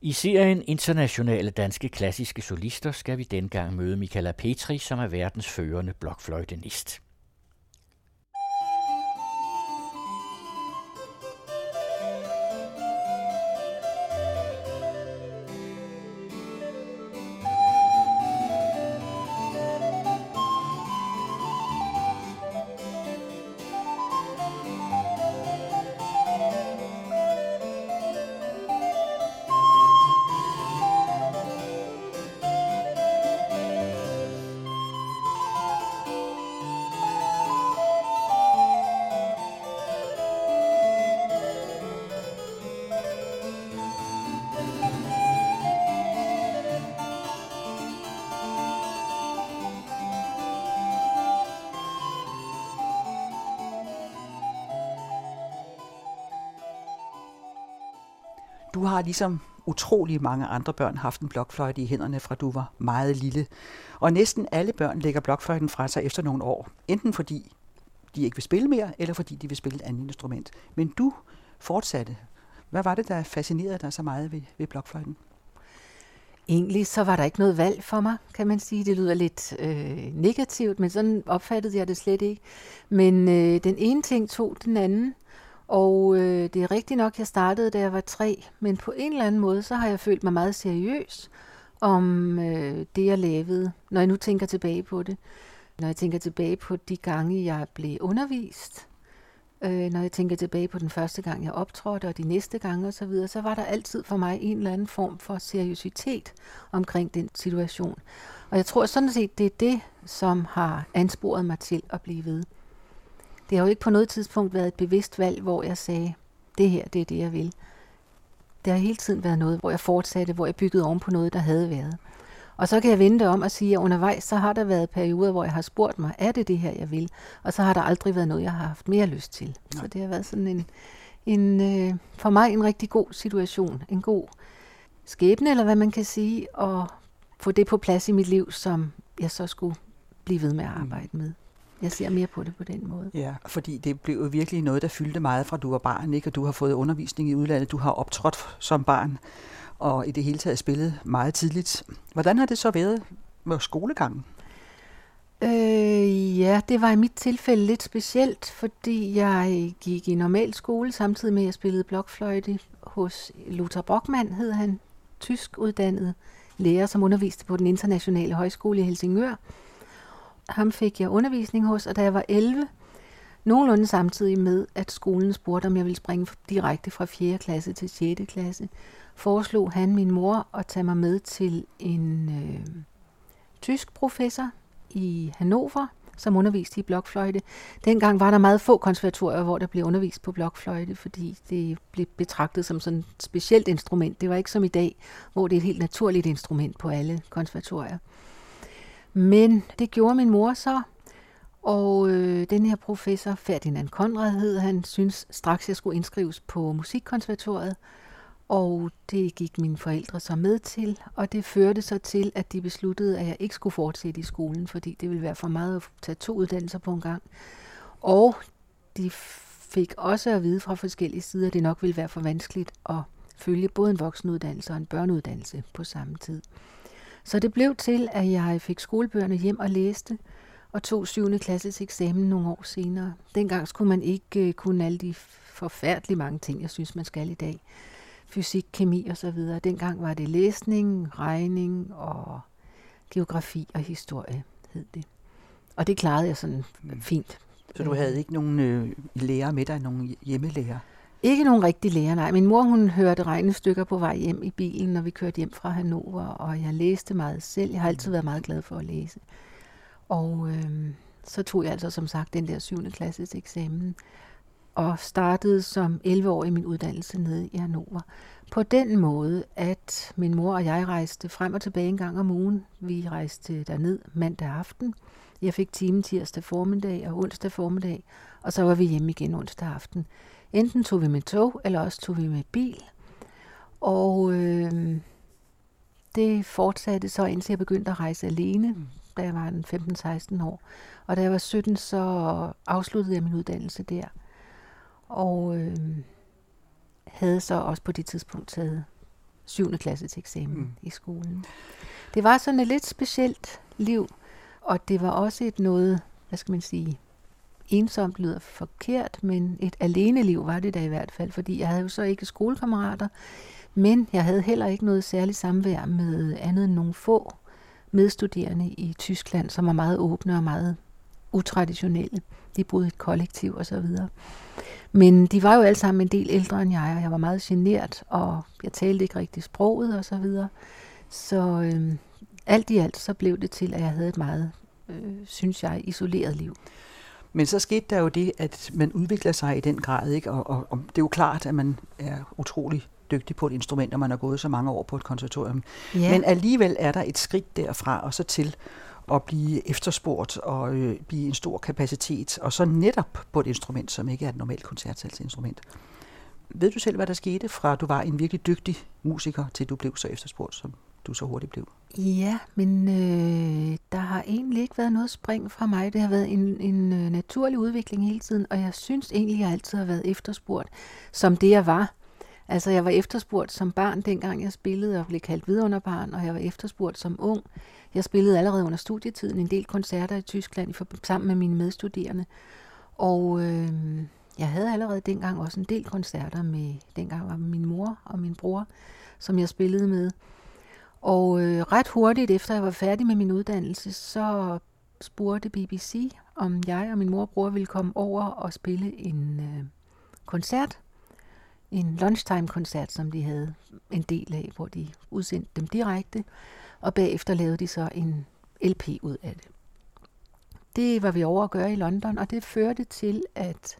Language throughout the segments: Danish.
I serien Internationale Danske Klassiske Solister skal vi dengang møde Michala Petri, som er verdens førende blokfløjtenist. Du har ligesom utrolig mange andre børn haft en blokfløjte i hænderne, fra du var meget lille. Og næsten alle børn lægger blokfløjten fra sig efter nogle år. Enten fordi de ikke vil spille mere, eller fordi de vil spille et andet instrument. Men du fortsatte. Hvad var det, der fascinerede dig så meget ved blokfløjten? Egentlig så var der ikke noget valg for mig, kan man sige. Det lyder lidt negativt, men sådan opfattede jeg det slet ikke. Men den ene ting tog den anden. Og det er rigtigt nok, jeg startede, da jeg var 3, men på en eller anden måde, så har jeg følt mig meget seriøs om det, jeg lavede, når jeg nu tænker tilbage på det. Når jeg tænker tilbage på de gange, jeg blev undervist, når jeg tænker tilbage på den første gang, jeg optrådte, og de næste gange osv., så var der altid for mig en eller anden form for seriøsitet omkring den situation. Og jeg tror sådan set, det er det, som har ansporet mig til at blive ved. Det har jo ikke på noget tidspunkt været et bevidst valg, hvor jeg sagde, det her, det er det, jeg vil. Det har hele tiden været noget, hvor jeg fortsatte, hvor jeg byggede oven på noget, der havde været. Og så kan jeg vende det om og sige, at undervejs, så har der været perioder, hvor jeg har spurgt mig, er det det her, jeg vil? Og så har der aldrig været noget, jeg har haft mere lyst til. Så det har været sådan en for mig en rigtig god situation, en god skæbne, eller hvad man kan sige, og få det på plads i mit liv, som jeg så skulle blive ved med at arbejde med. Jeg ser mere på det på den måde. Ja, fordi det blev jo virkelig noget, der fyldte meget fra du var barn, ikke? Og du har fået undervisning i udlandet, du har optrådt som barn, og i det hele taget spillet meget tidligt. Hvordan har det så været med skolegangen? Ja, det var i mit tilfælde lidt specielt, fordi jeg gik i normal skole, samtidig med at jeg spillede blokfløjte hos Lothar Brockmann, hed han, tysk uddannet lærer, som underviste på den internationale højskole i Helsingør. Ham fik jeg undervisning hos, og da jeg var 11, nogenlunde samtidig med, at skolen spurgte, om jeg ville springe direkte fra 4. klasse til 6. klasse, foreslog han min mor at tage mig med til en tysk professor i Hannover, som underviste i blokfløjte. Dengang var der meget få konservatorier, hvor der blev undervist på blokfløjte, fordi det blev betragtet som sådan et specielt instrument. Det var ikke som i dag, hvor det er et helt naturligt instrument på alle konservatorier. Men det gjorde min mor så, og den her professor, Ferdinand Konrad hed han, synes straks jeg skulle indskrives på Musikkonservatoriet, og det gik mine forældre så med til, og det førte så til, at de besluttede, at jeg ikke skulle fortsætte i skolen, fordi det ville være for meget at tage 2 uddannelser på en gang. Og de fik også at vide fra forskellige sider, at det nok ville være for vanskeligt at følge både en voksenuddannelse og en børneuddannelse på samme tid. Så det blev til, at jeg fik skolebøgerne hjem og læste, og tog 7. klasses eksamen nogle år senere. Dengang skulle man ikke kunne alle de forfærdelige mange ting, jeg synes, man skal i dag. Fysik, kemi og så videre. Dengang var det læsning, regning og geografi og historie, hed det. Og det klarede jeg sådan fint. Så du havde ikke nogen lærer med dig, nogen hjemmelærer? Ikke nogen rigtig lærer, nej. Min mor, hun hørte regnestykker på vej hjem i bilen, når vi kørte hjem fra Hannover, og jeg læste meget selv. Jeg har altid været meget glad for at læse. Og så tog jeg altså som sagt den der 7. klasses eksamen, og startede som 11-årig i min uddannelse nede i Hannover. På den måde, at min mor og jeg rejste frem og tilbage en gang om ugen. Vi rejste derned mandag aften. Jeg fik time tirsdag formiddag og onsdag formiddag, og så var vi hjemme igen onsdag aften. Enten tog vi med tog, eller også tog vi med bil. Og det fortsatte så, indtil jeg begyndte at rejse alene, da jeg var 15-16 år. Og da jeg var 17, så afsluttede jeg min uddannelse der. Og havde så også på det tidspunkt taget 7. klasse til eksamen i skolen. Det var sådan et lidt specielt liv, og det var også et noget, hvad skal man sige, ensomt lyder forkert, men et alene liv var det da i hvert fald, fordi jeg havde jo så ikke skolekammerater, men jeg havde heller ikke noget særligt samvær med andet end nogle få medstuderende i Tyskland, som var meget åbne og meget utraditionelle. De boede i et kollektiv og så videre. Men de var jo alle sammen en del ældre end jeg, og jeg var meget genert, og jeg talte ikke rigtig sproget og så videre. Så alt i alt så blev det til, at jeg havde et meget, synes jeg, isoleret liv. Men så skete der jo det, at man udvikler sig i den grad, ikke? Og det er jo klart, at man er utrolig dygtig på et instrument, og man har gået så mange år på et konservatorium. Ja. Men alligevel er der et skridt derfra, og så til at blive efterspurgt og blive en stor kapacitet, og så netop på et instrument, som ikke er et normalt koncertsalsinstrument. Ved du selv, hvad der skete fra du var en virkelig dygtig musiker, til du blev så efterspurgt, som du så hurtigt blev? Ja, men der har egentlig ikke været noget spring fra mig. Det har været en naturlig udvikling hele tiden, og jeg synes egentlig, jeg altid har været efterspurgt, som det jeg var. Altså, jeg var efterspurgt som barn, dengang jeg spillede og blev kaldt vidunderbarn, og jeg var efterspurgt som ung. Jeg spillede allerede under studietiden en del koncerter i Tyskland sammen med mine medstuderende, og jeg havde allerede dengang også en del koncerter med, dengang var min mor og min bror, som jeg spillede med. Og ret hurtigt efter jeg var færdig med min uddannelse, så spurgte BBC, om jeg og min mor og bror ville komme over og spille en koncert. En lunchtime-koncert, som de havde en del af, hvor de udsendte dem direkte. Og bagefter lavede de så en LP ud af det. Det var vi over at gøre i London, og det førte til, at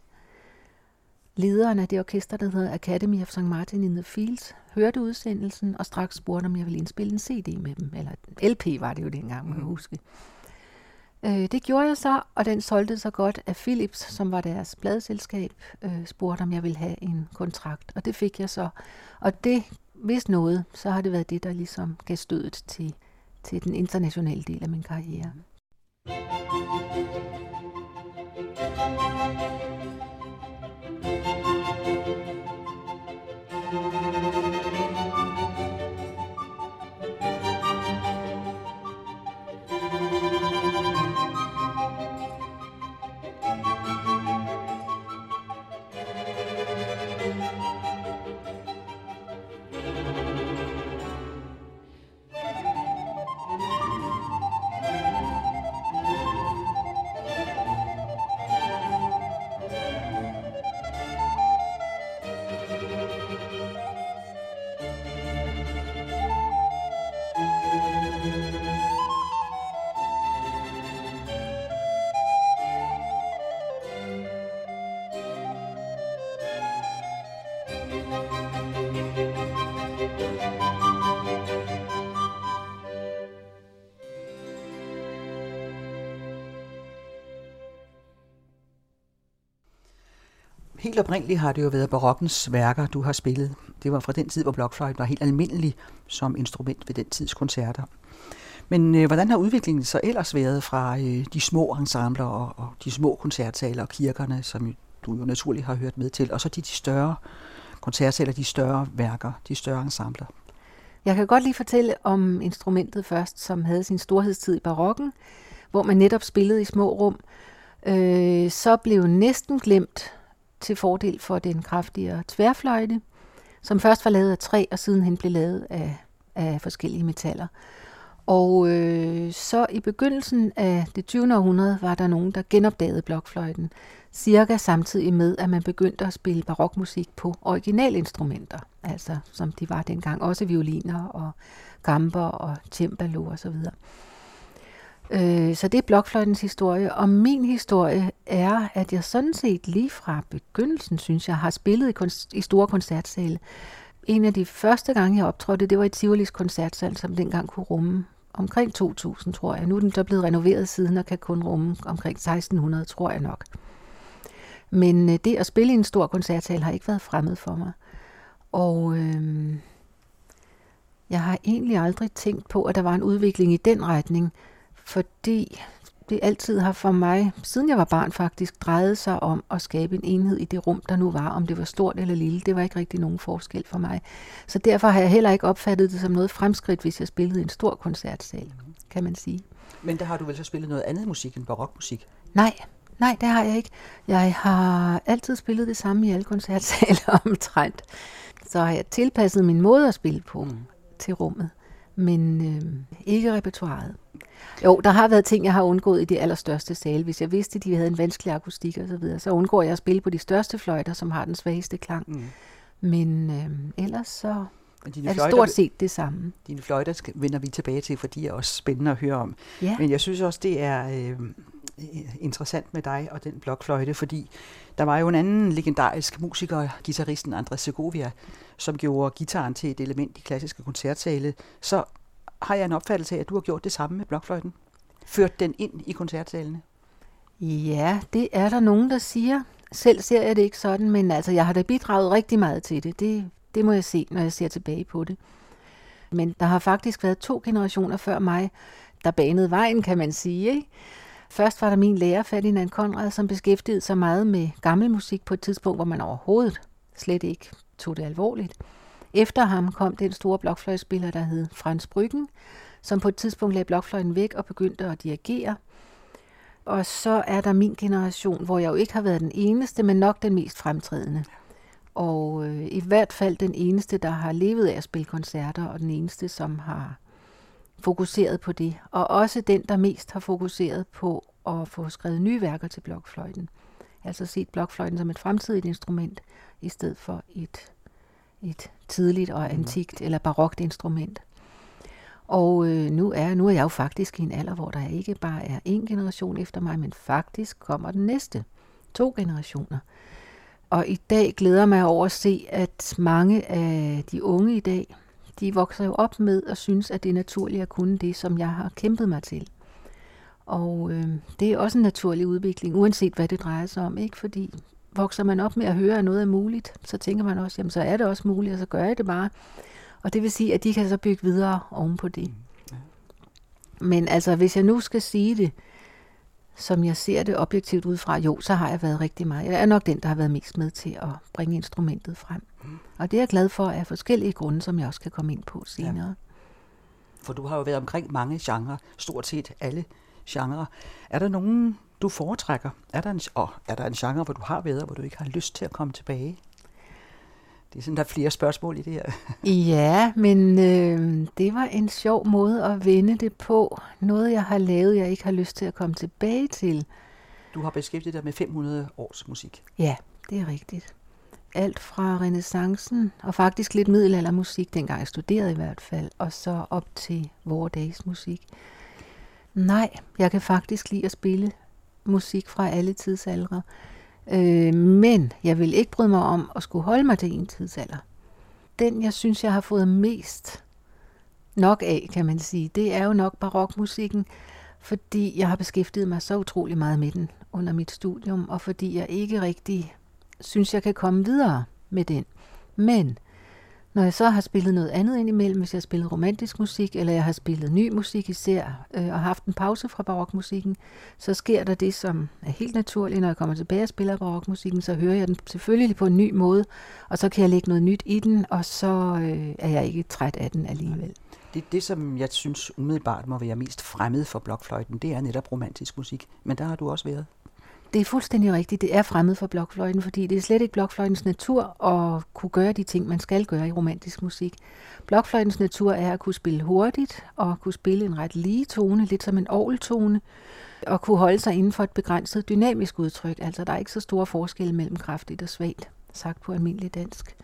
lederen af det orkester, der hedder Academy of St. Martin in the Fields, hørte udsendelsen og straks spurgte, om jeg ville indspille en CD med dem. Eller LP var det jo dengang, må jeg huske. Det gjorde jeg så, og den solgte så godt, at Philips, som var deres pladselskab, spurgte, om jeg ville have en kontrakt. Og det fik jeg så. Og det, hvis noget, så har det været det, der ligesom gav stødet til den internationale del af min karriere. Helt oprindeligt har det jo været barokkens værker, du har spillet. Det var fra den tid, hvor blokfløjte var helt almindelig som instrument ved den tids koncerter. Men hvordan har udviklingen så ellers været fra de små ensembler og de små koncertsaler og kirkerne, som du jo naturligt har hørt med til, og så de større koncertsaler, de større værker, de større ensembler? Jeg kan godt lige fortælle om instrumentet først, som havde sin storhedstid i barokken, hvor man netop spillede i små rum. Så blev næsten glemt til fordel for den kraftigere tværfløjte, som først var lavet af træ, og sidenhen blev lavet af forskellige metaller. Og så i begyndelsen af det 20. århundrede var der nogen, der genopdagede blokfløjten, cirka samtidig med, at man begyndte at spille barokmusik på originalinstrumenter, altså som de var dengang, også violiner og gamber og cembalo og så videre. Så det er blokfløjtens historie, og min historie er, at jeg sådan set lige fra begyndelsen, synes jeg, har spillet i store koncertsale. En af de første gange, jeg optrådte, det var i Tivolis koncertsal, som dengang kunne rumme omkring 2.000, tror jeg. Nu er den så blevet renoveret siden og kan kun rumme omkring 1.600, tror jeg nok. Men det at spille i en stor koncertsal har ikke været fremmed for mig. Og jeg har egentlig aldrig tænkt på, at der var en udvikling i den retning, fordi det altid har for mig, siden jeg var barn faktisk, drejet sig om at skabe en enhed i det rum, der nu var, om det var stort eller lille. Det var ikke rigtig nogen forskel for mig. Så derfor har jeg heller ikke opfattet det som noget fremskridt, hvis jeg spillede i en stor koncertsal, kan man sige. Men der har du vel så spillet noget andet musik end barokmusik? Nej, det har jeg ikke. Jeg har altid spillet det samme i alle koncertsaler omtrent. Så har jeg tilpasset min måde at spille på til rummet, men ikke repertoiret. Jo, der har været ting, jeg har undgået i de allerstørste sale. Hvis jeg vidste, at de havde en vanskelig akustik og så videre, så undgår jeg at spille på de største fløjter, som har den svageste klang. Men ellers så er det stort set det samme. Dine fløjter vender vi tilbage til, for de er også spændende at høre om. Ja. Men jeg synes også, det er interessant med dig og den blokfløjte, fordi der var jo en anden legendarisk musiker, guitaristen Andrés Segovia, som gjorde guitaren til et element i klassiske koncertsale. Så har jeg en opfattelse af, at du har gjort det samme med blokfløjten? Ført den ind i koncertsalene? Ja, det er der nogen, der siger. Selv ser jeg det ikke sådan, men altså, jeg har da bidraget rigtig meget til det. Det må jeg se, når jeg ser tilbage på det. Men der har faktisk været 2 generationer før mig, der banede vejen, kan man sige, ikke? Først var der min lærer, Ferdinand Conrad, som beskæftigede sig meget med gammel musik på et tidspunkt, hvor man overhovedet slet ikke tog det alvorligt. Efter ham kom den store blokfløjtespiller, der hed Franz Brüggen, som på et tidspunkt lagde blokfløjten væk og begyndte at dirigere. Og så er der min generation, hvor jeg jo ikke har været den eneste, men nok den mest fremtrædende. Og i hvert fald den eneste, der har levet af at spille koncerter, og den eneste, som har fokuseret på det. Og også den, der mest har fokuseret på at få skrevet nye værker til blokfløjten. Altså set blokfløjten som et fremtidigt instrument, i stedet for et tidligt og antikt eller barokt instrument. Og nu er jeg jo faktisk i en alder, hvor der ikke bare er 1 generation efter mig, men faktisk kommer den næste 2 generationer. Og i dag glæder mig over at se, at mange af de unge i dag, de vokser jo op med og synes, at det er naturligt at kunne det, som jeg har kæmpet mig til. Og det er også en naturlig udvikling, uanset hvad det drejer sig om, ikke? Fordi vokser man op med at høre, at noget er muligt, så tænker man også, jamen så er det også muligt, og så gør jeg det bare. Og det vil sige, at de kan så bygge videre oven på det. Men altså, hvis jeg nu skal sige det, som jeg ser det objektivt udefra, jo, så har jeg været rigtig meget. Jeg er nok den, der har været mest med til at bringe instrumentet frem. Og det er jeg glad for af forskellige grunde, som jeg også kan komme ind på senere. Ja. For du har jo været omkring mange genrer, stort set alle genrer. Er der nogen, du foretrækker? Er der en genre, hvor du har været, hvor du ikke har lyst til at komme tilbage? Det er sådan, der er flere spørgsmål i det her. Ja, men det var en sjov måde at vende det på. Noget, jeg har lavet, jeg ikke har lyst til at komme tilbage til. Du har beskæftiget dig med 500 års musik. Ja, det er rigtigt. Alt fra renæssancen, og faktisk lidt middelaldermusik, dengang jeg studerede i hvert fald, og så op til vore dages musik. Nej, jeg kan faktisk lide at spille musik fra alle tidsaldre. Men jeg vil ikke bryde mig om at skulle holde mig til en tidsalder. Den, jeg synes, jeg har fået mest nok af, kan man sige, det er jo nok barokmusikken, fordi jeg har beskæftiget mig så utrolig meget med den under mit studium, og fordi jeg ikke rigtig synes, jeg kan komme videre med den. Men når jeg så har spillet noget andet indimellem, hvis jeg har spillet romantisk musik, eller jeg har spillet ny musik især, og haft en pause fra barokmusikken, så sker der det, som er helt naturligt. Når jeg kommer tilbage og spiller barokmusikken, så hører jeg den selvfølgelig på en ny måde, og så kan jeg lægge noget nyt i den, og så er jeg ikke træt af den alligevel. Det, som jeg synes umiddelbart må være mest fremmed for blokfløjten, det er netop romantisk musik. Men der har du også været. Det er fuldstændig rigtigt. Det er fremmed for blokfløjten, fordi det er slet ikke blokfløjtens natur at kunne gøre de ting, man skal gøre i romantisk musik. Blokfløjtens natur er at kunne spille hurtigt og kunne spille en ret lige tone, lidt som en orgeltone, og kunne holde sig inden for et begrænset dynamisk udtryk. Altså, der er ikke så store forskelle mellem kraftigt og svagt, sagt på almindelig dansk.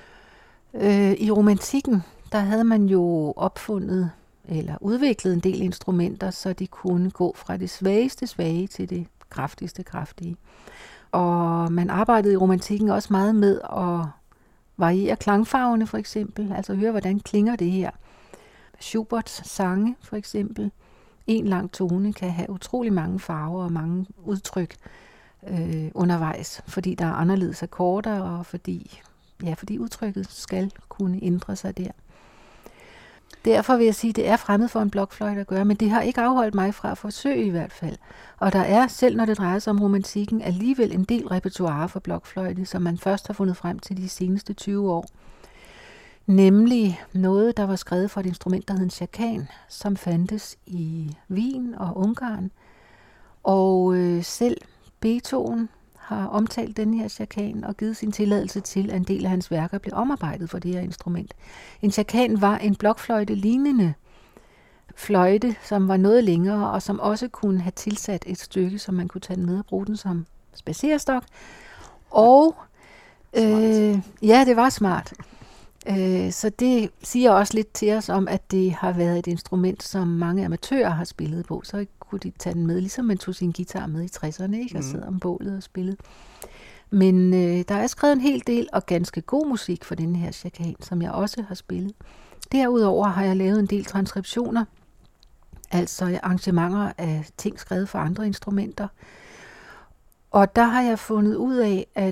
I romantikken, der havde man jo opfundet eller udviklet en del instrumenter, så de kunne gå fra det svageste svage til det kraftigste kraftige. Og man arbejdede i romantikken også meget med at variere klangfarverne for eksempel, altså høre, hvordan klinger det her. Schuberts sange for eksempel. En lang tone kan have utrolig mange farver og mange udtryk undervejs, fordi der er anderledes akkorder, og fordi udtrykket skal kunne ændre sig der. Derfor vil jeg sige, at det er fremmed for en blokfløjte at gøre, men det har ikke afholdt mig fra at forsøge i hvert fald. Og der er, selv når det drejer sig om romantikken, alligevel en del repertoire for blokfløjte, som man først har fundet frem til de seneste 20 år. Nemlig noget, der var skrevet for et instrument, der hed en chakan, som fandtes i Wien og Ungarn. Og selv Beethoven har omtalt den her chakan og givet sin tilladelse til, at en del af hans værker blev omarbejdet for det her instrument. En chakan var en blokfløjte-lignende fløjte, som var noget længere, og som også kunne have tilsat et stykke, som man kunne tage med og bruge den som spadserestok. Og ja, det var smart. Så det siger også lidt til os om, at det har været et instrument, som mange amatører har spillet på. Så kunne de tage den med, ligesom man tog sin guitar med i 60'erne, ikke? Og sidde om bålet og spille. Men der er skrevet en hel del og ganske god musik for den her chakan, som jeg også har spillet. Derudover har jeg lavet en del transkriptioner, altså arrangementer af ting skrevet for andre instrumenter. Og der har jeg fundet ud af, at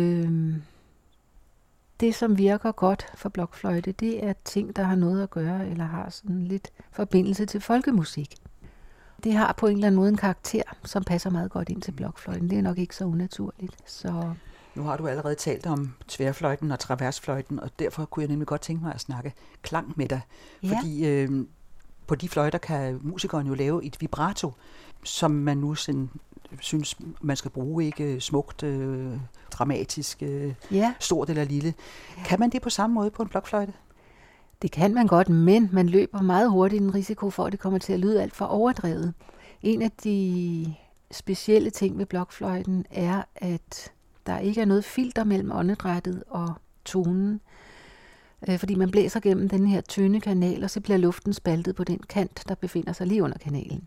det, som virker godt for blokfløjte, det er ting, der har noget at gøre, eller har sådan lidt forbindelse til folkemusik. Det har på en eller anden måde en karakter, som passer meget godt ind til blokfløjten. Det er nok ikke så unaturligt. Så nu har du allerede talt om tværfløjten og traversfløjten, og derfor kunne jeg nemlig godt tænke mig at snakke klang med dig. Ja. Fordi på de fløjter kan musikeren jo lave et vibrato, som man nu synes, man skal bruge, ikke smukt, dramatisk, stort eller lille. Kan man det på samme måde på en blokfløjte? Det kan man godt, men man løber meget hurtigt en risiko for, at det kommer til at lyde alt for overdrevet. En af de specielle ting ved blokfløjten er, at der ikke er noget filter mellem åndedrættet og tonen, fordi man blæser gennem den her tynde kanal, og så bliver luften spaltet på den kant, der befinder sig lige under kanalen.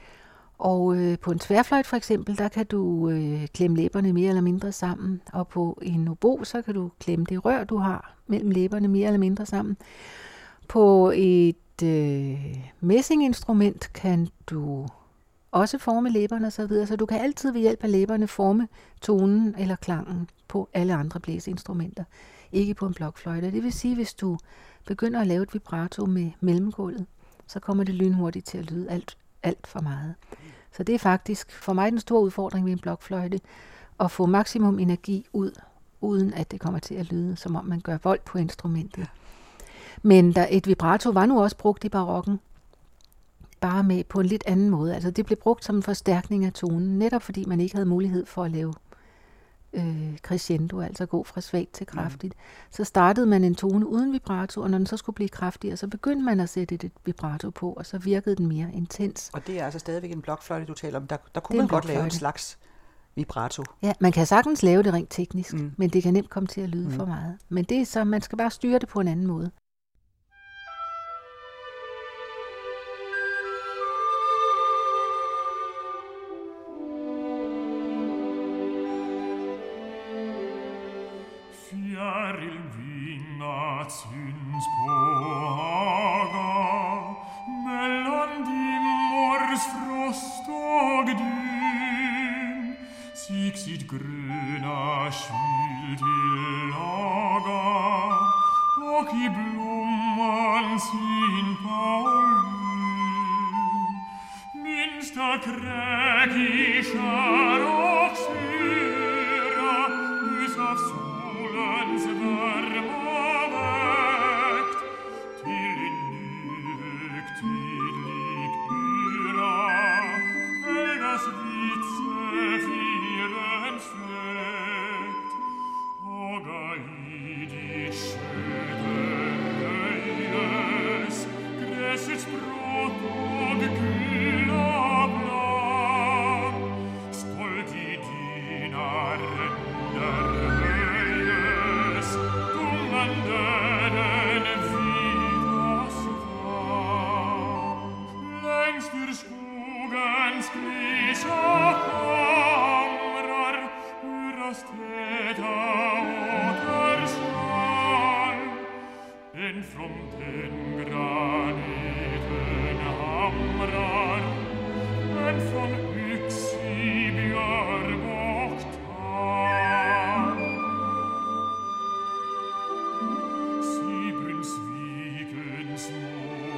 Og på en tværfløjte for eksempel, der kan du klemme læberne mere eller mindre sammen, og på en obo, så kan du klemme det rør, du har mellem læberne mere eller mindre sammen. På et messinginstrument kan du også forme læberne osv., så du kan altid ved hjælp af læberne forme tonen eller klangen på alle andre blæseinstrumenter, ikke på en blokfløjte. Det vil sige, hvis du begynder at lave et vibrato med mellemgulvet, så kommer det lynhurtigt til at lyde alt for meget. Så det er faktisk for mig den store udfordring ved en blokfløjte, at få maksimum energi ud, uden at det kommer til at lyde, som om man gør vold på instrumentet. Men et vibrato var nu også brugt i barokken, bare med på en lidt anden måde. Altså det blev brugt som en forstærkning af tonen, netop fordi man ikke havde mulighed for at lave crescendo, altså gå fra svagt til kraftigt. Så startede man en tone uden vibrato, og når den så skulle blive kraftigere, så begyndte man at sætte et vibrato på, og så virkede den mere intens. Og det er altså stadigvæk en blokfløjte, du taler om. Der kunne man godt lave en slags vibrato. Ja, man kan sagtens lave det rent teknisk, men det kan nemt komme til at lyde for meget. Men det er så, man skal bare styre det på en anden måde. Syns på haga mellan dimmors frost och dyn sig sitt gröna skjul till laga och i blomman sin paulin minsta kräk i skär och syra lys av solens värme Svigens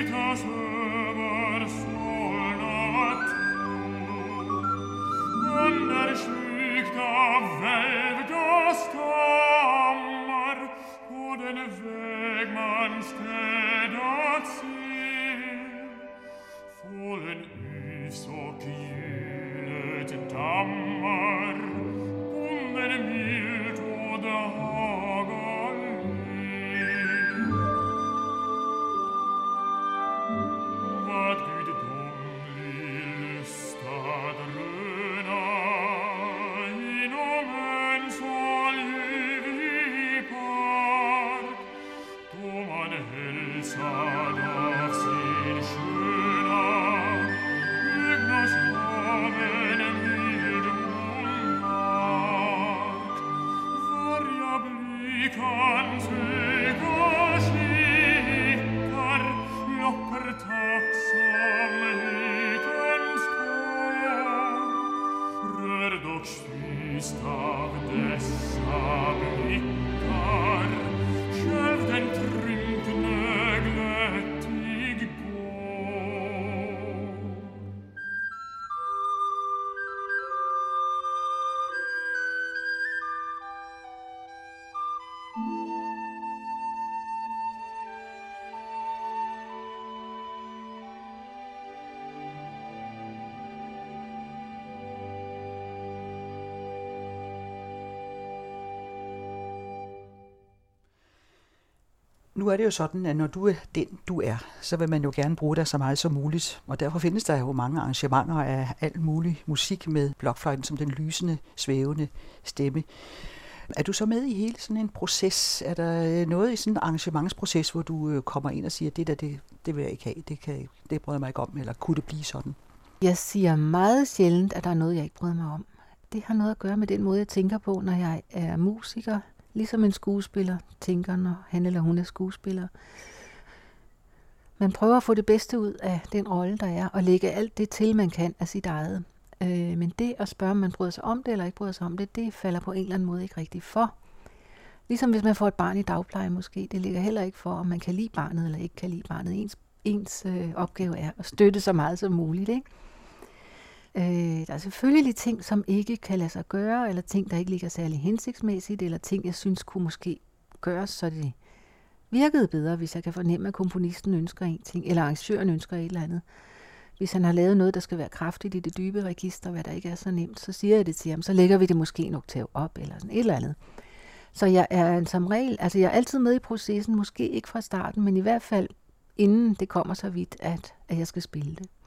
vitas över såna undersjukt av välvda stammar på den väg man städat ser. Fålen ys och hjulet dammar, bonden mild och dagar ler. Vad gudomlig lusta dröna inom en så ljuvlig park, då man hälsad av sin sköna Ögnas av en mild monark. Varja blick hans öga skickar lockar tacksamhetens tår. Rör dock sist av dessa blickar själv den trynkne glättig går. Nu er det jo sådan, at når du er den, du er, så vil man jo gerne bruge dig så meget som muligt. Og derfor findes der jo mange arrangementer af alt mulig musik med blokfløjten som den lysende, svævende stemme. Er du så med i hele sådan en proces? Er der noget i sådan en arrangementsproces, hvor du kommer ind og siger, det der, det vil jeg ikke have, det bryder mig ikke om, eller kunne det blive sådan? Jeg siger meget sjældent, at der er noget, jeg ikke bryder mig om. Det har noget at gøre med den måde, jeg tænker på, når jeg er musiker. Ligesom en skuespiller tænker, når han eller hun er skuespiller. Man prøver at få det bedste ud af den rolle, der er, og lægge alt det til, man kan af sit eget. Men det at spørge, om man bryder sig om det eller ikke bryder sig om det, det falder på en eller anden måde ikke rigtigt for. Ligesom hvis man får et barn i dagpleje måske. Det ligger heller ikke for, om man kan lide barnet eller ikke kan lide barnet. Ens opgave er at støtte så meget som muligt, ikke? Der er selvfølgelig ting, som ikke kan lade sig gøre, eller ting, der ikke ligger særlig hensigtsmæssigt, eller ting, jeg synes kunne måske gøres, så det virkede bedre, hvis jeg kan fornemme, at komponisten ønsker en ting, eller arrangøren ønsker et eller andet. Hvis han har lavet noget, der skal være kraftigt i det dybe register, hvad der ikke er så nemt, så siger jeg det til ham, så lægger vi det måske en oktav op, eller sådan et eller andet. Så jeg er som regel, altså jeg er altid med i processen, måske ikke fra starten, men i hvert fald inden det kommer så vidt, at jeg skal spille det.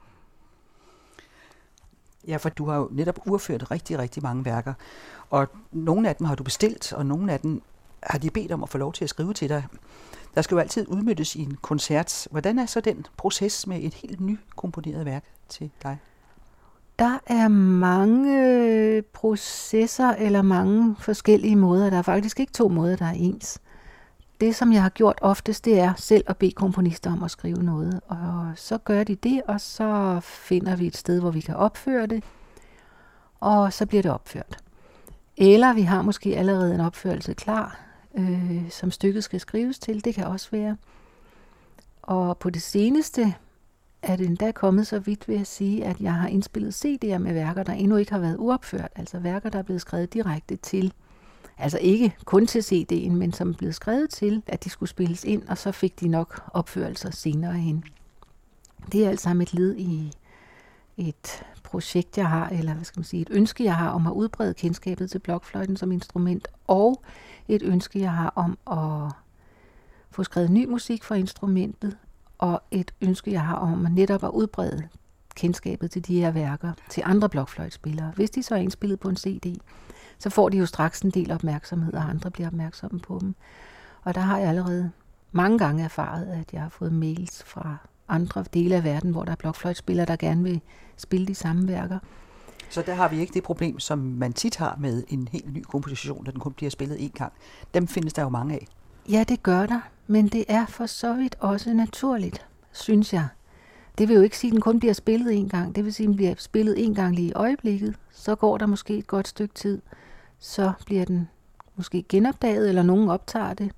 Ja, for du har jo netop udført rigtig, rigtig mange værker, og nogle af dem har du bestilt, og nogle af dem har de bedt om at få lov til at skrive til dig. Der skal jo altid udmøttes i en koncert. Hvordan er så den proces med et helt nykomponeret værk til dig? Der er mange processer eller mange forskellige måder. Der er faktisk ikke 2 måder, der er ens. Det, som jeg har gjort oftest, det er selv at bede komponister om at skrive noget. Og så gør de det, og så finder vi et sted, hvor vi kan opføre det. Og så bliver det opført. Eller vi har måske allerede en opførelse klar, som stykket skal skrives til. Det kan også være. Og på det seneste er det endda kommet så vidt ved at sige, at jeg har indspillet CD'er med værker, der endnu ikke har været uopført. Altså værker, der er blevet skrevet direkte til. Altså ikke kun til CD'en, men som er blevet skrevet til, at de skulle spilles ind, og så fik de nok opførelser senere hen. Det er alt sammen et led i et projekt, jeg har, eller hvad skal man sige, et ønske, jeg har om at udbrede kendskabet til blokfløjten som instrument, og et ønske, jeg har om at få skrevet ny musik for instrumentet, og et ønske, jeg har om at netop at udbrede kendskabet til de her værker til andre blokfløjtspillere. Hvis de så er indspillet på en CD, så får de jo straks en del opmærksomhed, og andre bliver opmærksomme på dem. Og der har jeg allerede mange gange erfaret, at jeg har fået mails fra andre dele af verden, hvor der er blokfløjtspillere, der gerne vil spille de samme værker. Så der har vi ikke det problem, som man tit har med en helt ny komposition, der den kun bliver spillet én gang. Dem findes der jo mange af. Ja, det gør der, men det er for så vidt også naturligt, synes jeg. Det vil jo ikke sige, at den kun bliver spillet én gang. Det vil sige, at den bliver spillet én gang lige i øjeblikket. Så går der måske et godt stykke tid. Så bliver den måske genopdaget, eller nogen optager det.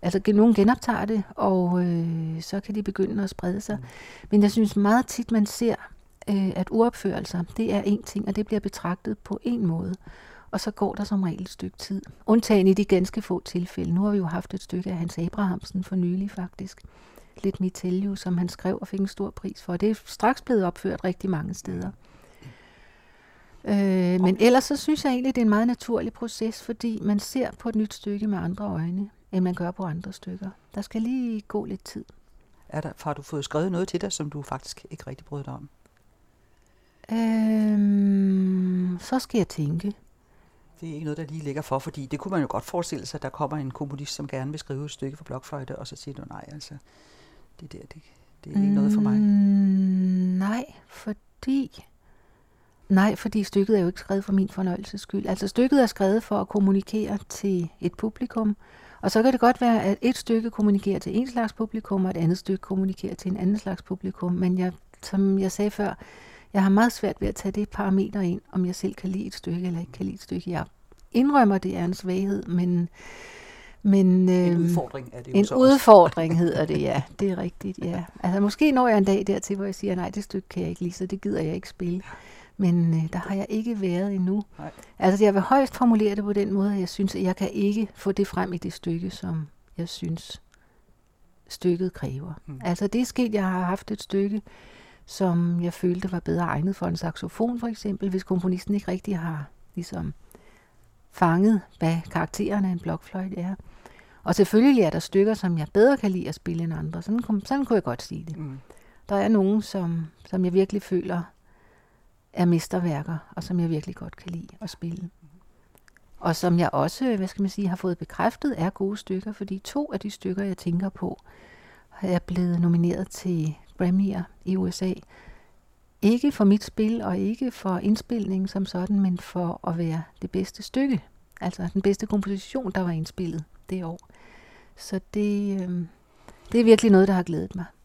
Altså, nogen genoptager det, og så kan de begynde at sprede sig. Men jeg synes meget tit, man ser, at uopførelser, det er en ting, og det bliver betragtet på en måde. Og så går der som regel et stykke tid. Undtagen i de ganske få tilfælde. Nu har vi jo haft et stykke af Hans Abrahamsen for nylig faktisk. Lidt Mittelju, som han skrev og fik en stor pris for. Det er straks blevet opført rigtig mange steder. Men ellers så synes jeg egentlig, det er en meget naturlig proces, fordi man ser på et nyt stykke med andre øjne, end man gør på andre stykker. Der skal lige gå lidt tid. Har du fået skrevet noget til dig, som du faktisk ikke rigtig brød dig om? Så skal jeg tænke. Det er ikke noget, der lige ligger for, fordi det kunne man jo godt forestille sig, at der kommer en komponist, som gerne vil skrive et stykke for blokfløjte, og så siger du, nej, altså, det er ikke noget for mig. Nej, fordi stykket er jo ikke skrevet for min fornøjelses skyld. Altså stykket er skrevet for at kommunikere til et publikum, og så kan det godt være, at et stykke kommunikerer til en slags publikum, og et andet stykke kommunikerer til en anden slags publikum. Men som jeg sagde før, jeg har meget svært ved at tage det parameter ind, om jeg selv kan lide et stykke eller ikke kan lide et stykke. Jeg indrømmer, det er en svaghed, men en udfordring er det jo en så udfordring også. hedder det, ja. Det er rigtigt, ja. Altså måske når jeg en dag dertil, hvor jeg siger, nej, det stykke kan jeg ikke lide, så det gider jeg ikke spille. Men der har jeg ikke været endnu. Nej. Altså jeg vil højst formulere det på den måde, at jeg synes, at jeg kan ikke få det frem i det stykke, som jeg synes, stykket kræver. Altså det er sket, jeg har haft et stykke, som jeg følte var bedre egnet for en saxofon for eksempel, hvis komponisten ikke rigtig har ligesom fanget, hvad karaktererne af en blokfløjte er. Og selvfølgelig er der stykker, som jeg bedre kan lide at spille end andre. Sådan kunne jeg godt sige det. Der er nogen, som jeg virkelig føler er mesterværker, og som jeg virkelig godt kan lide at spille. Og som jeg også, har fået bekræftet, er gode stykker, fordi 2 af de stykker, jeg tænker på, er blevet nomineret til Grammy'er i USA. Ikke for mit spil, og ikke for indspilningen som sådan, men for at være det bedste stykke. Altså den bedste komposition, der var indspillet det år. Så det er virkelig noget, der har glædet mig.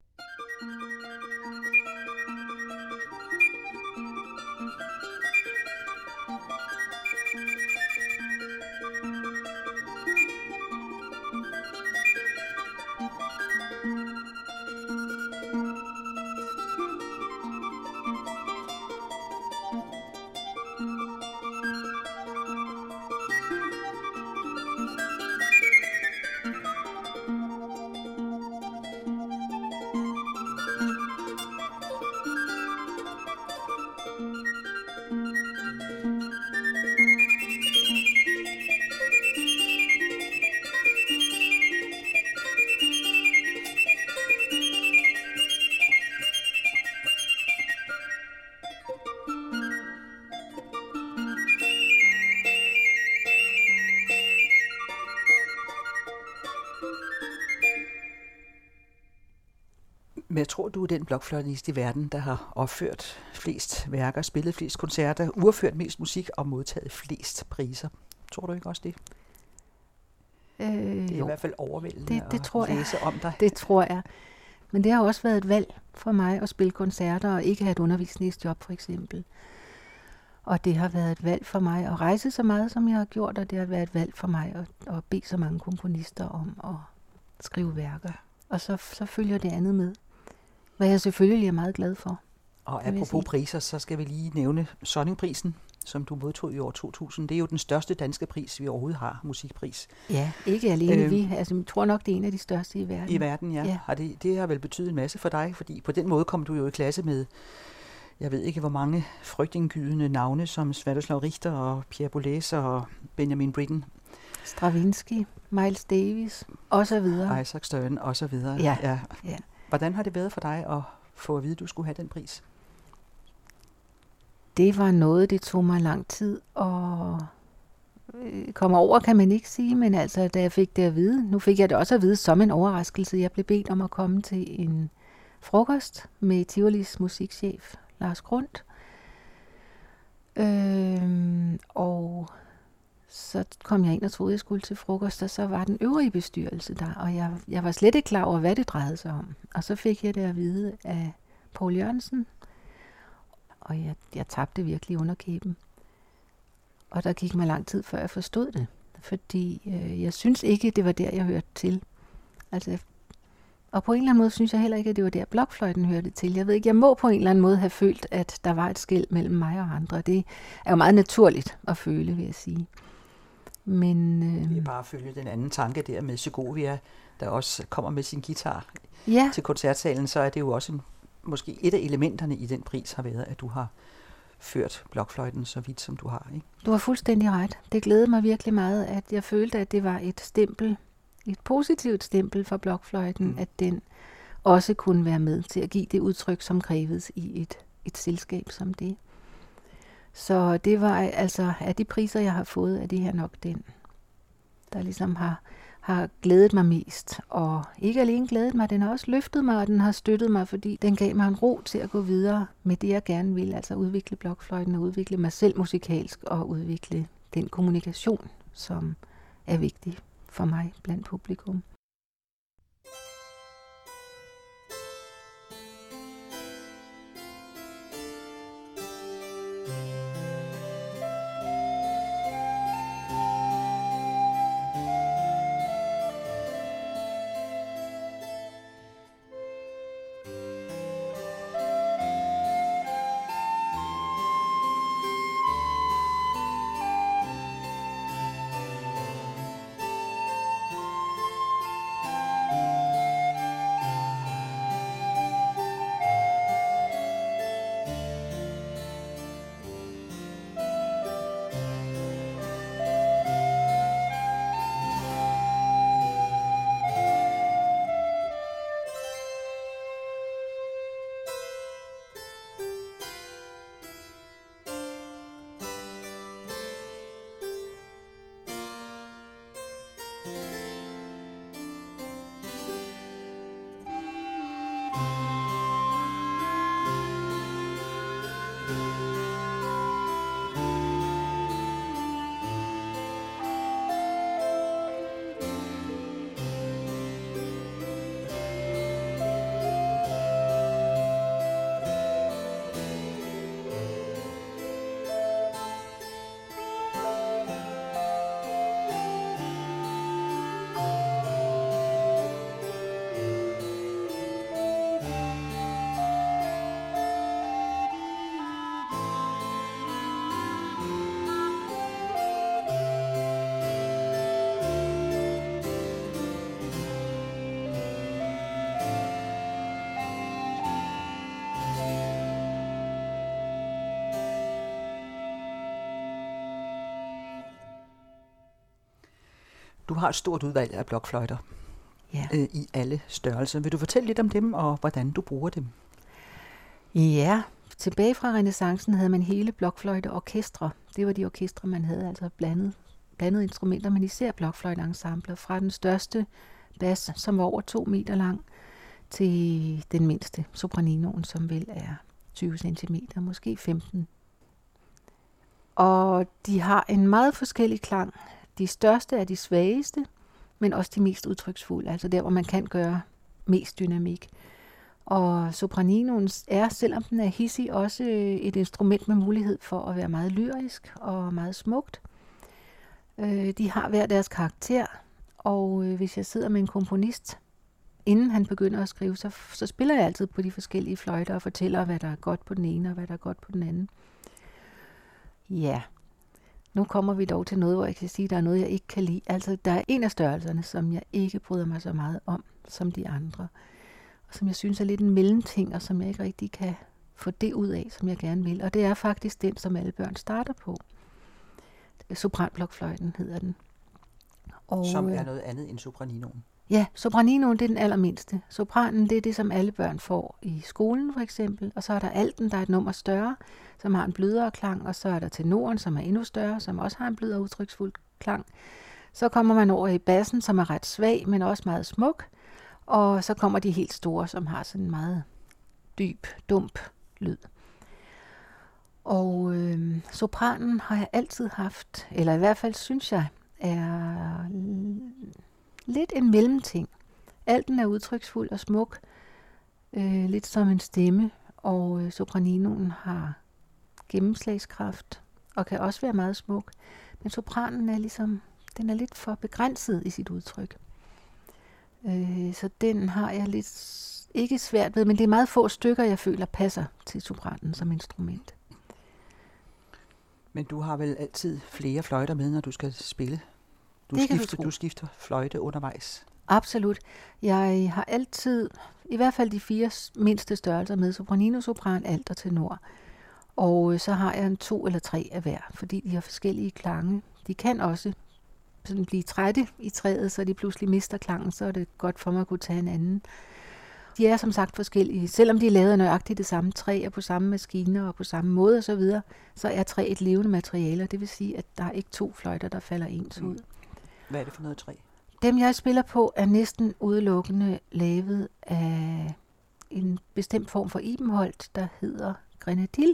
Men jeg tror, du er den blokfløjtenist i verden, der har opført flest værker, spillet flest koncerter, udført mest musik og modtaget flest priser. Tror du ikke også det? Det er i hvert fald overvældende det tror at læse om dig. Det tror jeg. Men det har også været et valg for mig at spille koncerter og ikke have et undervisningsjob for eksempel. Og det har været et valg for mig at rejse så meget, som jeg har gjort, og det har været et valg for mig at bede så mange komponister om at skrive værker. Og så følger det andet med, hvad jeg selvfølgelig er meget glad for. Og apropos priser, så skal vi lige nævne Sonningprisen, som du modtog i år 2000. Det er jo den største danske pris, vi overhovedet har, musikpris. Ja, ikke alene vi. Altså, jeg tror nok, det er en af de største i verden. I verden, ja. Det har vel betydet en masse for dig, fordi på den måde kom du jo i klasse med, jeg ved ikke hvor mange frygtindgydende navne, som Sviatoslav Richter og Pierre Boulez og Benjamin Britten. Stravinsky, Miles Davis, og så videre. Isaac Stern, og så videre. Ja. Hvordan har det været for dig at få at vide, at du skulle have den pris? Det var noget, det tog mig lang tid at komme over, kan man ikke sige, men altså, da jeg fik det at vide, nu fik jeg det også at vide som en overraskelse. Jeg blev bedt om at komme til en frokost med Tivolis musikchef, Lars Grund. Og så kom jeg ind og troede, jeg skulle til frokost, og så var den øvrige bestyrelse der, og jeg var slet ikke klar over, hvad det drejede sig om. Og så fik jeg det at vide af Poul Jørgensen, og jeg tabte virkelig underkæben. Og der gik mig lang tid, før jeg forstod det. fordi jeg synes ikke, det var der, jeg hørte til. Altså, og på en eller anden måde synes jeg heller ikke, at det var der, blokfløjten hørte til. Jeg ved ikke, jeg må på en eller anden måde have følt, at der var et skel mellem mig og andre. Det er jo meget naturligt at føle, vil jeg sige. Men vi er bare at følge den anden tanke der med Segovia, der også kommer med sin guitar til koncertsalen, så er det jo også måske et af elementerne i den pris har været, at du har ført blokfløjten så vidt, som du har. Ikke? Du har fuldstændig ret. Det glædede mig virkelig meget, at jeg følte, at det var et stempel, et positivt stempel for blokfløjten, at den også kunne være med til at give det udtryk, som krævedes i et selskab som det. Så det var altså, af de priser, jeg har fået, er det her nok den, der ligesom har glædet mig mest. Og ikke alene glædet mig, den har også løftet mig, og den har støttet mig, fordi den gav mig en ro til at gå videre med det, jeg gerne vil. Altså udvikle blokfløjten og udvikle mig selv musikalsk og udvikle den kommunikation, som er vigtig for mig blandt publikum. Du har et stort udvalg af blokfløjter i alle størrelser. Vil du fortælle lidt om dem, og hvordan du bruger dem? Ja, tilbage fra renæssancen havde man hele blokfløjteorkestre. Det var de orkestre, man havde, altså blandede instrumenter, men især blokfløjteensembler. Fra den største bas, som var over 2 meter lang, til den mindste, sopraninoen, som vel er 20 cm, måske 15. Og de har en meget forskellig klang. De største er de svageste, men også de mest udtryksfulde, altså der, hvor man kan gøre mest dynamik. Og sopraninoen er, selvom den er hidsig, også et instrument med mulighed for at være meget lyrisk og meget smukt. De har hver deres karakter, og hvis jeg sidder med en komponist, inden han begynder at skrive, så spiller jeg altid på de forskellige fløjter og fortæller, hvad der er godt på den ene og hvad der er godt på den anden. Ja, nu kommer vi dog til noget, hvor jeg kan sige, at der er noget, jeg ikke kan lide. Altså, der er en af størrelserne, som jeg ikke bryder mig så meget om, som de andre. Og som jeg synes er lidt en mellemting, og som jeg ikke rigtig kan få det ud af, som jeg gerne vil. Og det er faktisk den, som alle børn starter på. Sopranblokfløjten hedder den. Og, som er noget andet end sopraninoen. Ja, sopraninoen, det er den allermindste. Sopranen, det er det, som alle børn får i skolen for eksempel. Og så er der alten, der er et nummer større, som har en blødere klang. Og så er der tenoren, som er endnu større, som også har en blød og udtryksfuld klang. Så kommer man over i bassen, som er ret svag, men også meget smuk. Og så kommer de helt store, som har sådan en meget dyb, dump lyd. Og sopranen har jeg altid haft, eller i hvert fald synes jeg, er lidt en mellemting. Alten er udtryksfuld og smuk, lidt som en stemme, og sopraninoen har gennemslagskraft og kan også være meget smuk. Men sopranen er ligesom Den er lidt for begrænset i sit udtryk. Så den har jeg lidt ikke svært ved, men det er meget få stykker, jeg føler passer til sopranen som instrument. Men du har vel altid flere fløjter med, når du skal spille? Du skifter fløjte undervejs? Absolut. Jeg har altid, i hvert fald de 4 mindste størrelser med, sopranino, sopran, alt og tenor. Og så har jeg en 2 eller 3 af hver, fordi de har forskellige klange. De kan også sådan blive trætte i træet, så de pludselig mister klangen, så er det godt for mig at kunne tage en anden. De er som sagt forskellige. Selvom de er lavet nøjagtigt det samme træ og på samme maskiner og på samme måde osv., så er træ et levende materiale. Det vil sige, at der er ikke 2 fløjter, der falder ens ud. Hvad er det for noget træ? Dem, jeg spiller på, er næsten udelukkende lavet af en bestemt form for ibenholt, der hedder grenadil.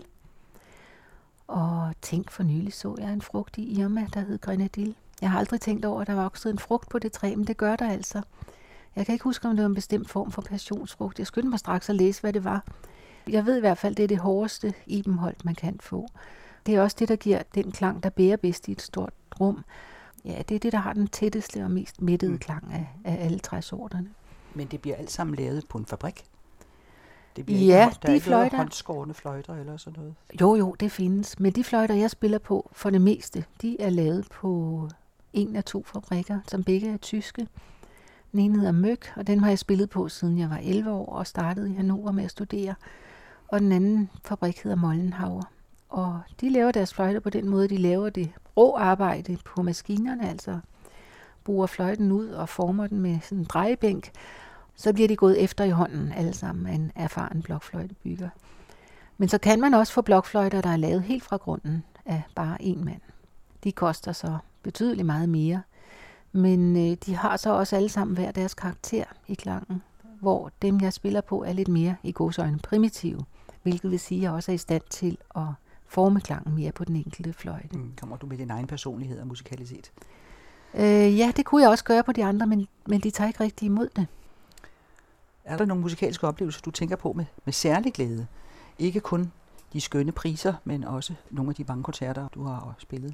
Og tænk, for nylig så jeg en frugt i Irma, der hed grenadil. Jeg har aldrig tænkt over, at der var vokset en frugt på det træ, men det gør der altså. Jeg kan ikke huske, om det var en bestemt form for passionsfrugt. Jeg skyndte mig straks at læse, hvad det var. Jeg ved i hvert fald, det er det hårdeste ibenholt, man kan få. Det er også det, der giver den klang, der bærer bedst i et stort rum. Ja, det er det, der har den tætteste og mest mættede klang af alle træsorterne. Men det bliver alt sammen lavet på en fabrik? Det bliver ikke, der er ikke håndskårne fløjter eller sådan noget? Jo, det findes. Men de fløjter, jeg spiller på for det meste, de er lavet på 1 af 2 fabrikker, som begge er tyske. Den ene hedder Møk, og den har jeg spillet på, siden jeg var 11 år og startede i Hannover med at studere. Og den anden fabrik hedder Mollenhauer. Og de laver deres fløjter på den måde, de laver det rå arbejde på maskinerne, altså bruger fløjten ud og former den med sådan en drejebænk. Så bliver de gået efter i hånden alle sammen af en erfaren blokfløjtebygger. Men så kan man også få blokfløjter, der er lavet helt fra grunden af bare én mand. De koster så betydeligt meget mere. Men de har så også alle sammen hver deres karakter i klangen, hvor dem, jeg spiller på, er lidt mere i gåseøjne primitive, hvilket vil sige, at jeg også er i stand til at forme klangen mere på den enkelte fløjte. Kommer du med din egen personlighed og musikalitet? Ja, det kunne jeg også gøre på de andre, men de tager ikke rigtig imod det. Er der nogle musikalske oplevelser, du tænker på med særlig glæde? Ikke kun de skønne priser, men også nogle af de mange koncerter, du har spillet?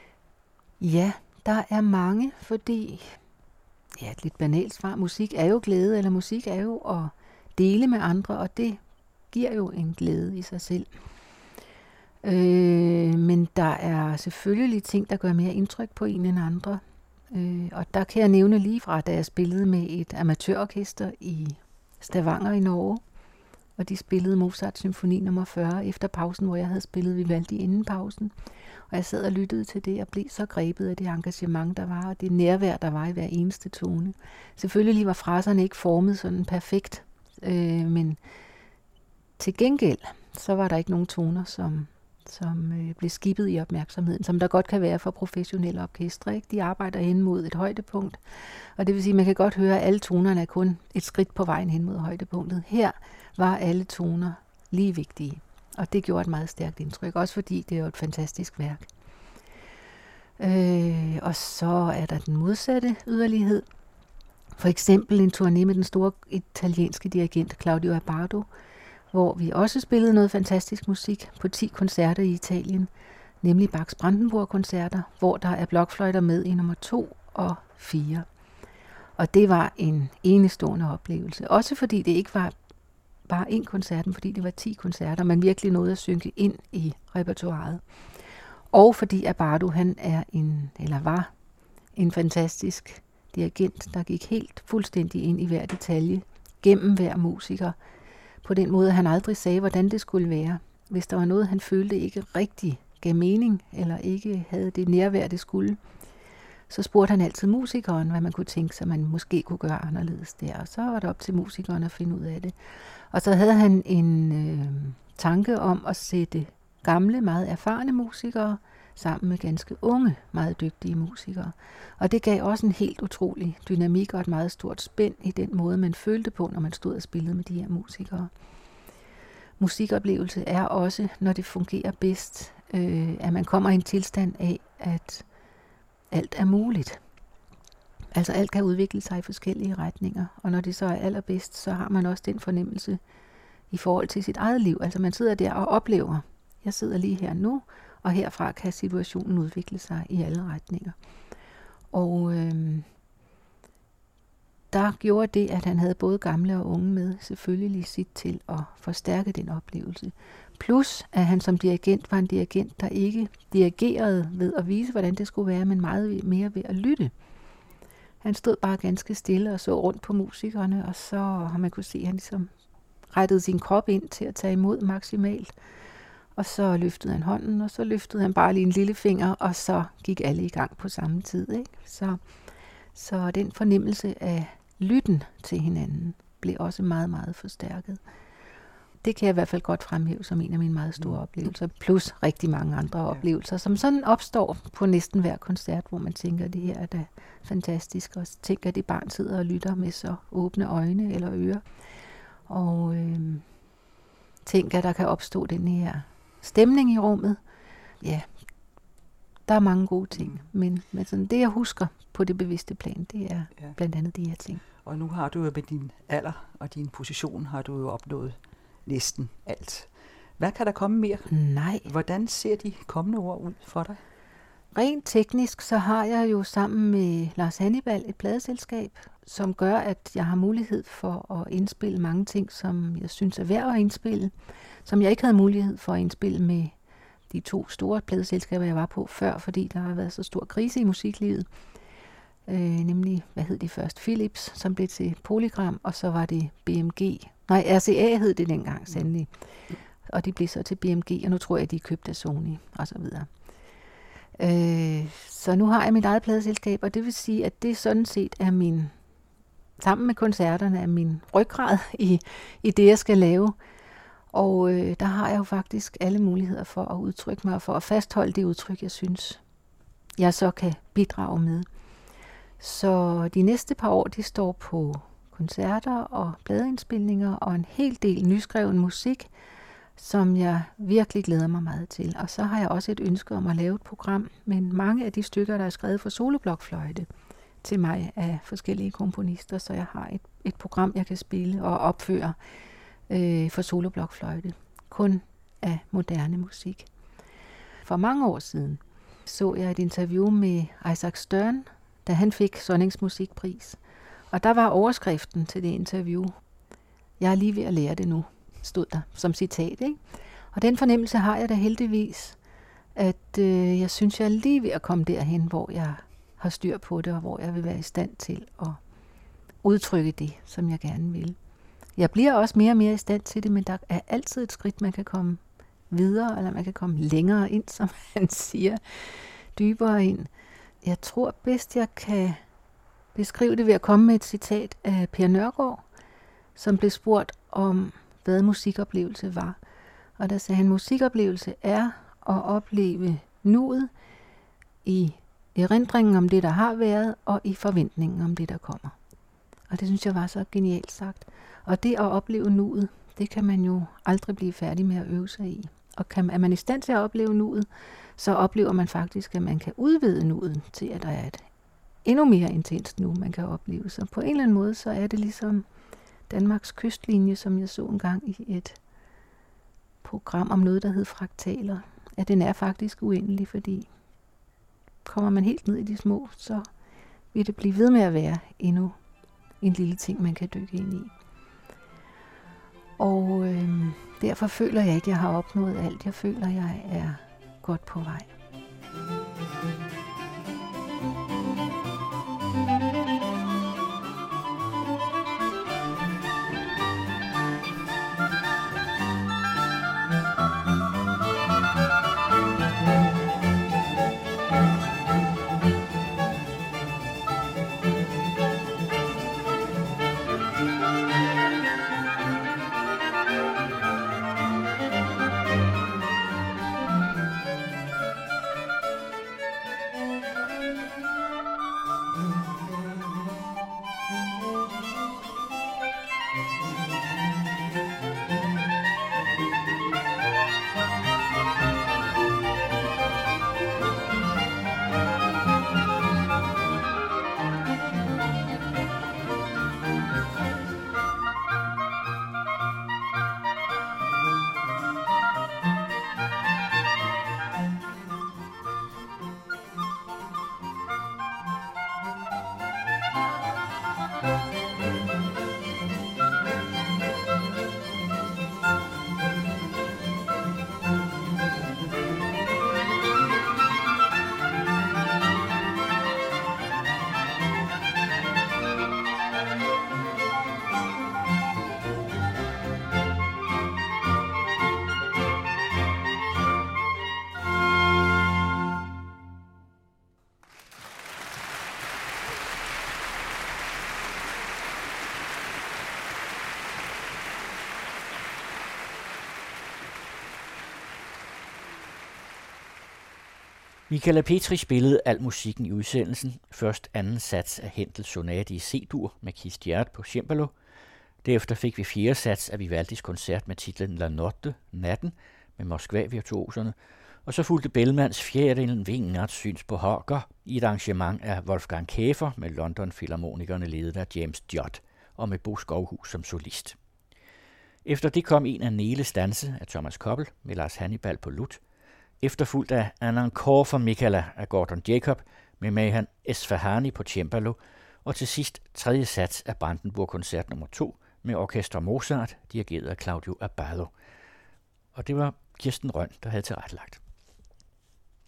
Ja, der er mange, fordi et lidt banalt svar. Musik er jo glæde, eller musik er jo at dele med andre, og det giver jo en glæde i sig selv. Men der er selvfølgelig ting, der gør mere indtryk på en end andre. Og der kan jeg nævne lige fra, da jeg spillede med et amatørorkester i Stavanger i Norge, og de spillede Mozart symfoni nummer 40 efter pausen, hvor jeg havde spillet Vivaldi inden pausen. Og jeg sad og lyttede til det og blev så grebet af det engagement, der var, og det nærvær, der var i hver eneste tone. Selvfølgelig var fraserne ikke formet sådan perfekt, men til gengæld, så var der ikke nogen toner, som blev skibet i opmærksomheden, som der godt kan være for professionelle orkestre. Ikke? De arbejder hen mod et højdepunkt, og det vil sige, at man kan godt høre, at alle tonerne er kun et skridt på vejen hen mod højdepunktet. Her var alle toner lige vigtige, og det gjorde et meget stærkt indtryk, også fordi det er jo et fantastisk værk. Og så er der den modsatte yderlighed. For eksempel en turné med den store italienske dirigent Claudio Abbado, hvor vi også spillede noget fantastisk musik på 10 koncerter i Italien, nemlig Bachs Brandenburg-koncerter, hvor der er blokfløjter med i nummer 2 og 4. Og det var en enestående oplevelse. Også fordi det ikke var bare én koncert, men fordi det var 10 koncerter, man virkelig nåede at synke ind i repertoiret. Og fordi Abbado, han var en fantastisk dirigent, der gik helt fuldstændig ind i hver detalje, gennem hver musiker, på den måde, at han aldrig sagde, hvordan det skulle være. Hvis der var noget, han følte ikke rigtig gav mening, eller ikke havde det nærvær, det skulle, så spurgte han altid musikeren, hvad man kunne tænke sig, man måske kunne gøre anderledes der. Og så var det op til musikeren at finde ud af det. Og så havde han en tanke om at sætte gamle, meget erfarne musikere sammen med ganske unge, meget dygtige musikere. Og det gav også en helt utrolig dynamik og et meget stort spænd i den måde, man følte på, når man stod og spillede med de her musikere. Musikoplevelse er også, når det fungerer bedst, at man kommer i en tilstand af, at alt er muligt. Altså alt kan udvikle sig i forskellige retninger, og når det så er allerbedst, så har man også den fornemmelse i forhold til sit eget liv. Altså man sidder der og oplever, jeg sidder lige her nu, og herfra kan situationen udvikle sig i alle retninger. Og der gjorde det, at han havde både gamle og unge med, selvfølgelig sit til at forstærke den oplevelse. Plus, at han som dirigent var en dirigent, der ikke dirigerede ved at vise, hvordan det skulle være, men meget mere ved at lytte. Han stod bare ganske stille og så rundt på musikerne, og så har man kunne se, at han ligesom rettede sin krop ind til at tage imod maksimalt. Og så løftede han hånden, og så løftede han bare lige en lille finger, og så gik alle i gang på samme tid. Ikke? Så den fornemmelse af lytten til hinanden blev også meget, meget forstærket. Det kan jeg i hvert fald godt fremhæve som en af mine meget store oplevelser, plus rigtig mange andre oplevelser, som sådan opstår på næsten hver koncert, hvor man tænker, at det her er da fantastisk, og tænker, at det barn sidder og lytter med så åbne øjne eller ører, og tænker, at der kan opstå den her stemning i rummet. Ja, der er mange gode ting, men sådan det, jeg husker på det bevidste plan, det er blandt andet de her ting. Og nu har du jo med din alder og din position, har du jo opnået næsten alt. Hvad kan der komme mere? Nej. Hvordan ser de kommende år ud for dig? Rent teknisk, så har jeg jo sammen med Lars Hannibal et pladeselskab, som gør, at jeg har mulighed for at indspille mange ting, som jeg synes er værd at indspille, som jeg ikke havde mulighed for at indspille med de 2 store pladeselskaber, jeg var på før, fordi der har været så stor krise i musiklivet. Nemlig, hvad hed de først? Philips, som blev til Polygram, og så var det BMG. Nej, RCA hed det dengang, sandelig. Og de blev så til BMG, og nu tror jeg, de er købt af Sony, og så videre. Så nu har jeg mit eget pladeselskab, og det vil sige, at det sådan set er sammen med koncerterne, er min ryggrad i det, jeg skal lave. Og der har jeg jo faktisk alle muligheder for at udtrykke mig, og for at fastholde det udtryk, jeg synes, jeg så kan bidrage med. Så de næste par år, de står på koncerter og pladeindspilninger og en hel del nyskreven musik, som jeg virkelig glæder mig meget til. Og så har jeg også et ønske om at lave et program, men mange af de stykker, der er skrevet for soloblokfløjte til mig af forskellige komponister, så jeg har et program, jeg kan spille og opføre for soloblokfløjte, kun af moderne musik. For mange år siden så jeg et interview med Isaac Stern, da han fik Sonnings musikpris. Og der var overskriften til det interview: "Jeg er lige ved at lære det nu", stod der som citat, ikke? Og den fornemmelse har jeg da heldigvis, at jeg synes, jeg er lige ved at komme derhen, hvor jeg har styr på det, og hvor jeg vil være i stand til at udtrykke det, som jeg gerne vil. Jeg bliver også mere og mere i stand til det, men der er altid et skridt, man kan komme videre, eller man kan komme længere ind, som han siger, dybere ind. Jeg tror bedst, jeg kan beskrive det ved at komme med et citat af Per Nørgaard, som blev spurgt om, hvad musikoplevelse var. Og der sagde han, musikoplevelse er at opleve nuet i erindringen om det, der har været, og i forventningen om det, der kommer. Og det synes jeg var så genialt sagt. Og det at opleve nuet, det kan man jo aldrig blive færdig med at øve sig i. Og er man i stand til at opleve nuet, så oplever man faktisk, at man kan udvide nuet til, at der er et endnu mere intenst nu, man kan opleve. Så på en eller anden måde, så er det ligesom Danmarks kystlinje, som jeg så engang i et program om noget, der hed Fraktaler. At den er faktisk uendelig, fordi kommer man helt ned i de små, så vil det blive ved med at være endnu en lille ting, man kan dykke ind i. Og derfor føler jeg ikke, at jeg har opnået alt. Jeg føler, at jeg er godt på vej. Michala Petri spillede al musikken i udsendelsen. Først anden sats af Händels sonate i C-dur med Keith Jarrett på cembalo. Derefter fik vi fjerde sats af Vivaldis koncert med titlen La Notte, Natten, med Moskva-virtuoserne. Og så fulgte Bellmans fjerdedelen Vingerts syns på Haager i et arrangement af Wolfgang Käfer med London-filharmonikerne ledet af James Judd og med Bo Skovhus som solist. Efter det kom en af Neles danse af Thomas Koppel med Lars Hannibal på lut, efterfulgt af An Encore for Michala af Gordon Jacob med Mehan Esfahani på cembalo, og til sidst tredje sats af Brandenburg-koncert nummer 2 med Orkester Mozart, dirigeret af Claudio Abbado. Og det var Kirsten Rønn, der havde tilrettelagt.